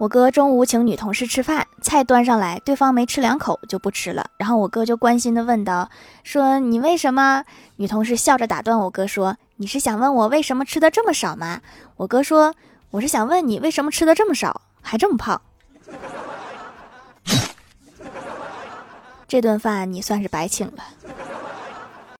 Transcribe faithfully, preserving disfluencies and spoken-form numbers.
我哥中午请女同事吃饭，菜端上来，对方没吃两口就不吃了，然后我哥就关心地问道，说你为什么？女同事笑着打断我哥说，你是想问我为什么吃的这么少吗？我哥说，我是想问你为什么吃的这么少，还这么胖。这顿饭你算是白请了。